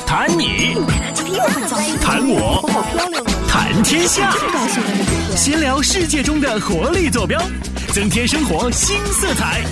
谈你，谈我，谈天下，闲聊世界中的活力坐标，增添生活新色彩。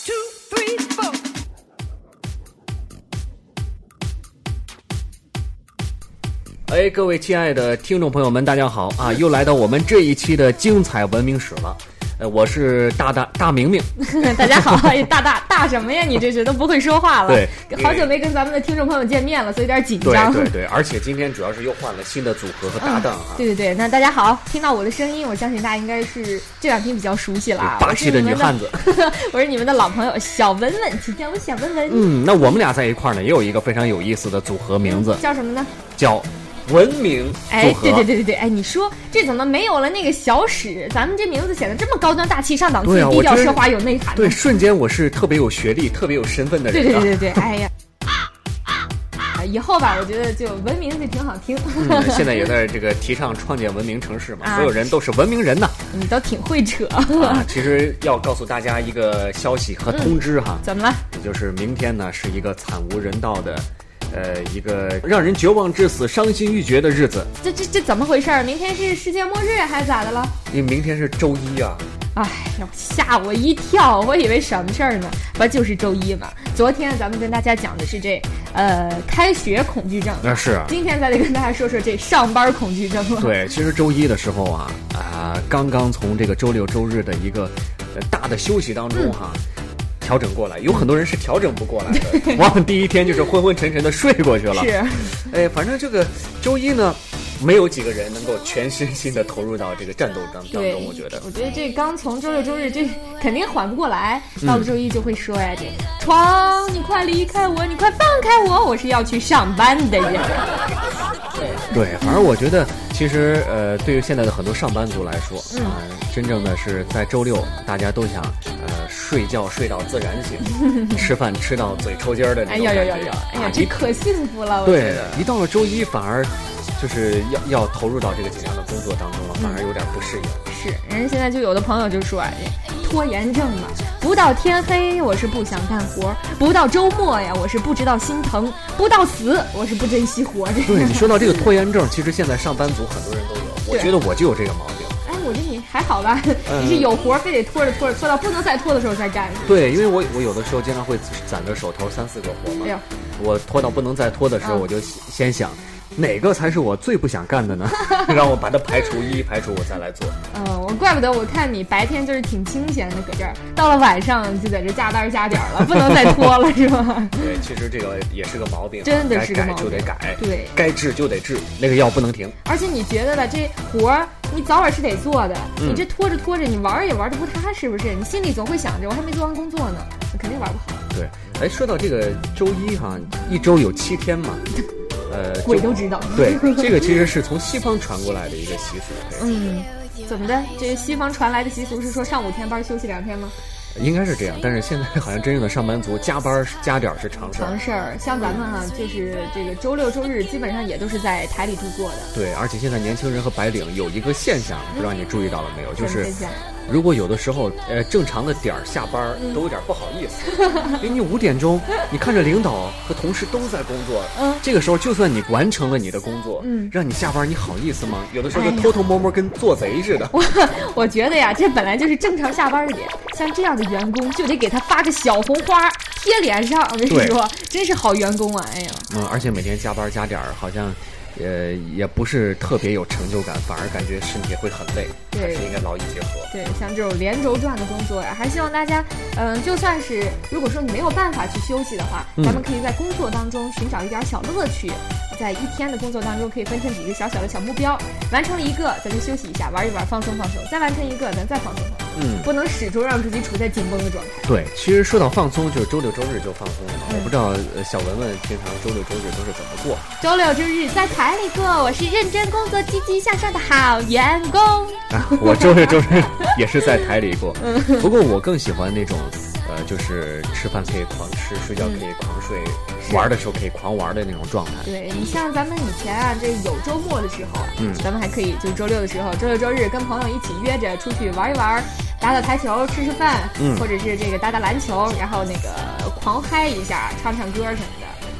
哎，各位亲爱的听众朋友们，大家好啊！又来到我们这一期的精彩文明史了。我是大明明。 大家好，大什么呀？你这是都不会说话了。 对， 好久没跟咱们的听众朋友见面了，所以有点紧张。 对，而且今天主要是又换了新的组合和搭档啊。 对，那大家好，听到我的声音，我相信大家应该是这两天比较熟悉了啊。 霸气的女汉子， 我是你们的老朋友小文文，请叫我小文文。 那我们俩在一块儿呢，也有一个非常有意思的组合名字， 叫什么呢？叫文明组合。 对，哎，你说这怎么没有了那个小史？咱们这名字显得这么高端大气上档次，低调奢华有内涵。 对，瞬间我是特别有学历、特别有身份的人。 对，哎呀。以后吧，我觉得就文明就挺好听。 现在也在这个提倡创建文明城市嘛，所有人都是文明人呐。 你都挺会扯啊！其实要告诉大家一个消息和通知哈。 怎么了？ 也就是明天呢是一个惨无人道的，一个让人绝望至死、伤心欲绝的日子。 这怎么回事？明天是世界末日还是咋的了？ 因为明天是周一啊。 哎呀，吓我一跳！我以为什么事儿呢？不就是周一嘛？昨天咱们跟大家讲的是这开学恐惧症， 那是啊。 今天再来跟大家说说这上班恐惧症了。 对，其实周一的时候刚刚从这个周六周日的一个大的休息当中调整过来，有很多人是调整不过来的，往往第一天就是昏昏沉沉的睡过去了。 是， 反正这个周一呢，没有几个人能够全身心的投入到这个战斗当中。我觉得这刚从周六周日这肯定缓不过来，到了周一就会说呀，这床你快离开我，你快放开我是要去上班的人。 对，反正我觉得其实对于现在的很多上班族来说真正的是在周六大家都想睡觉睡到自然醒，吃饭吃到嘴抽筋儿的那种感觉。 哎呀，这可幸福了。 对，一到了周一反而就是要投入到这个紧张的工作当中了，反而有点不适应。 是，人家现在就有的朋友就说拖延症嘛，不到天黑我是不想干活，不到周末呀我是不知道心疼，不到死我是不珍惜活着。 对，你说到这个拖延症，其实现在上班族很多人都有，我觉得我就有这个毛病。 我觉得你还好吧，你是有活非得拖着到不能再拖的时候再干。 对，因为我有的时候经常会攒着手头3-4个活嘛，我拖到不能再拖的时候，我就先想哪个才是我最不想干的呢？让我把它排除我再来做。 我怪不得我看你白天就是挺清闲的搁这儿，到了晚上就在这加班加点了，不能再拖了是吧？ 对，其实这个也是个毛病， 真的是个毛病， 该改就得改， 对， 该治就得治，那个药不能停。 而且你觉得吧，这活儿你早晚是得做的，你这拖着你玩也玩得不踏实，是不是？你心里总会想着我还没做完工作呢，我肯定玩不好。 对，说到这个周一一周有7天嘛。 鬼都知道。 对，这个其实是从西方传过来的一个习俗。 怎么的？这个西方传来的习俗是说上5天班休息2天吗？ 应该是这样，但是现在好像真正的上班族加班加点是常事儿。像咱们就是这个周六周日基本上也都是在台里度过的。对， 而且现在年轻人和白领有一个现象，不知道你注意到了没有，就是如果有的时候正常的点儿下班都有点不好意思，因为你5点钟你看着领导和同事都在工作，这个时候就算你完成了你的工作，让你下班你好意思吗？有的时候就偷偷摸摸跟做贼似的。 我觉得呀，这本来就是正常下班的点，像这样的员工就得给他发个小红花贴脸上。我跟你说，真是好员工啊！哎呀， 而且每天加班加点儿，好像也不是特别有成就感，反而感觉身体会很累。对，还是应该劳逸结合。 对，像这种连轴转的工作呀，还希望大家，就算是如果说你没有办法去休息的话，咱们可以在工作当中寻找一点小乐趣。在一天的工作当中，可以分成几个小小的小目标，完成了一个，咱就休息一下，玩一玩，放松放松；再完成一个，咱再放松放松。不能始终让自己处在紧绷的状态。 对，其实说到放松，就是周六周日就放松了嘛。我不知道小文文平常周六周日都是怎么过？ 周六周日在台里过，我是认真工作、积极向上的好员工。 我周六周日也是在台里过，不过我更喜欢那种。就是吃饭可以狂吃，睡觉可以狂睡，玩的时候可以狂玩的那种状态。 对，你像咱们以前这有周末的时候咱们还可以就周六的时候，周六周日跟朋友一起约着出去玩一玩，打打台球，吃吃饭，或者是这个打打篮球，然后那个狂嗨一下，唱唱歌什么的。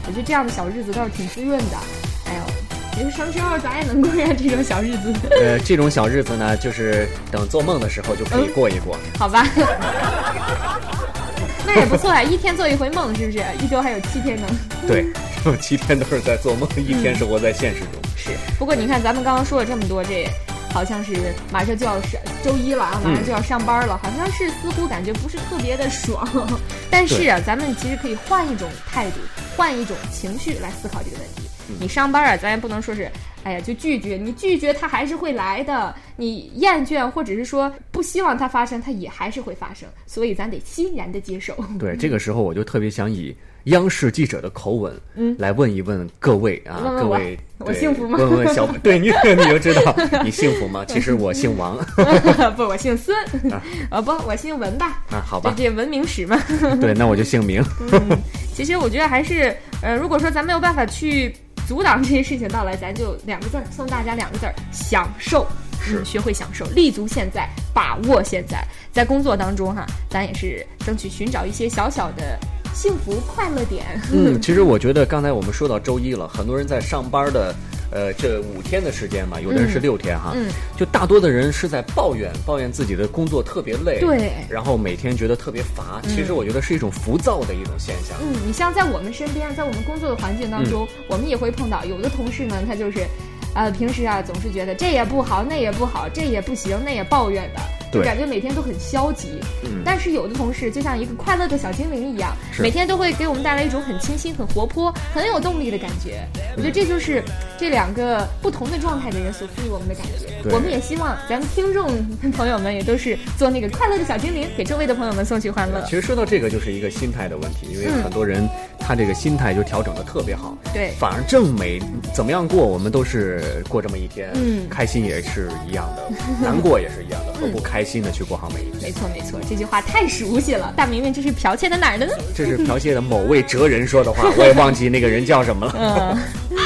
我觉得这样的小日子倒是挺滋润的。哎呦，其实什么时候咱也能过上这种小日子？ 这种小日子呢，就是等做梦的时候就可以过一过。 好吧。那也不错啊，一天做一回梦，是不是？一周还有7天呢。 对，7天都是在做梦，一天是活在现实中。 是，不过你看咱们刚刚说了这么多，这好像是马上就要是周一了啊，马上就要上班了，好像是似乎感觉不是特别的爽。但是啊，咱们其实可以换一种态度，换一种情绪来思考这个问题。你上班啊，咱也不能说是，哎呀就拒绝，你拒绝它还是会来的，你厌倦或者是说不希望它发生，它也还是会发生，所以咱得欣然的接受。 对，这个时候我就特别想以央视记者的口吻，来问一问各位啊， 问问各位， 我幸福吗？ 问问小，对你就知道你幸福吗？其实我姓王， 不，我姓孙，不，我姓文吧？ 啊，好吧， 这文明史嘛。 对，那我就姓名。 其实我觉得还是，如果说咱没有办法去阻挡这些事情到来，咱就2个字送大家2个字：享受。是，学会享受，立足现在，把握现在。在工作当中哈，咱也是争取寻找一些小小的幸福快乐点。 其实我觉得刚才我们说到周一了，很多人在上班的这5天的时间嘛，有的人是6天哈，就大多的人是在抱怨自己的工作特别累， 对， 然后每天觉得特别乏。其实我觉得是一种浮躁的一种现象。 你像在我们身边，在我们工作的环境当中，我们也会碰到有的同事呢，他就是平时啊总是觉得这也不好那也不好，这也不行那也抱怨的，就感觉每天都很消极。但是有的同事就像一个快乐的小精灵一样，每天都会给我们带来一种很清新很活泼很有动力的感觉。我觉得这就是这2个不同的状态的人所赋予我们的感觉。我们也希望咱们听众朋友们也都是做那个快乐的小精灵，给周围的朋友们送去欢乐。 其实说到这个就是一个心态的问题，因为很多人他这个心态就调整的特别好， 对， 反而正美怎么样过我们都是过这么一天，开心也是一样的，难过也是一样的，何不开心的去过好每一天。 没错没错，这句话太熟悉了。大明明这是剽窃的哪儿的呢？ 这是剽窃的某位哲人说的话，我也忘记那个人叫什么了。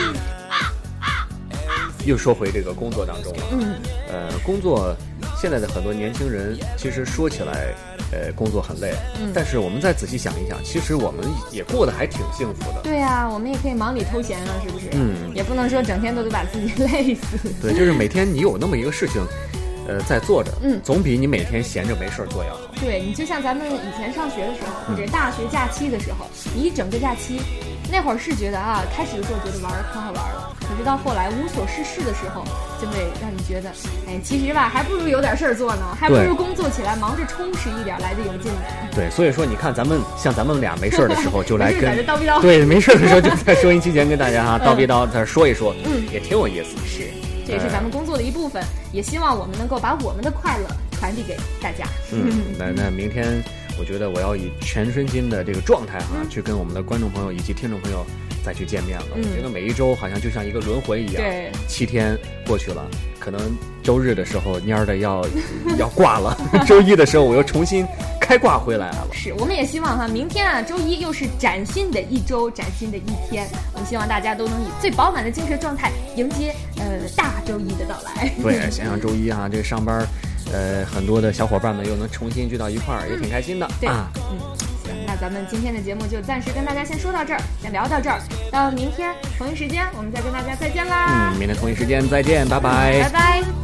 又说回这个工作当中了，工作现在的很多年轻人其实说起来工作很累，但是我们再仔细想一想，其实我们也过得还挺幸福的。 对啊，我们也可以忙里偷闲啊，是不是？也不能说整天都得把自己累死。 对，就是每天你有那么一个事情在做着，总比你每天闲着没事做要好。 对，你就像咱们以前上学的时候，或者大学假期的时候，你一整个假期那会儿是觉得啊，开始的时候觉得玩可好玩了，可是到后来无所事事的时候，就会让你觉得，哎，其实吧，还不如有点事儿做呢，还不如工作起来忙着充实一点来的有劲呢。 对，所以说你看咱们俩没事的时候就来跟叨逼叨， 对，没事的时候就在收音机前跟大家叨逼叨在说一说，也挺有意思。 是，这也是咱们工作的一部分，也希望我们能够把我们的快乐传递给大家。 那明天我觉得我要以全身心的这个状态去跟我们的观众朋友以及听众朋友再去见面了。我觉得每一周好像就像一个轮回一样，7天过去了，可能周日的时候蔫儿的要挂了，周一的时候我又重新开挂回来了。 是，我们也希望哈，明天啊周一又是崭新的一周，崭新的一天，我们希望大家都能以最饱满的精神状态迎接大周一的到来。 对，想想周一啊，这上班很多的小伙伴们又能重新聚到一块儿，也挺开心的。 对行，那咱们今天的节目就暂时跟大家先说到这儿，先聊到这儿，到明天同一时间我们再跟大家再见啦。 明天同一时间再见，拜拜， 拜拜。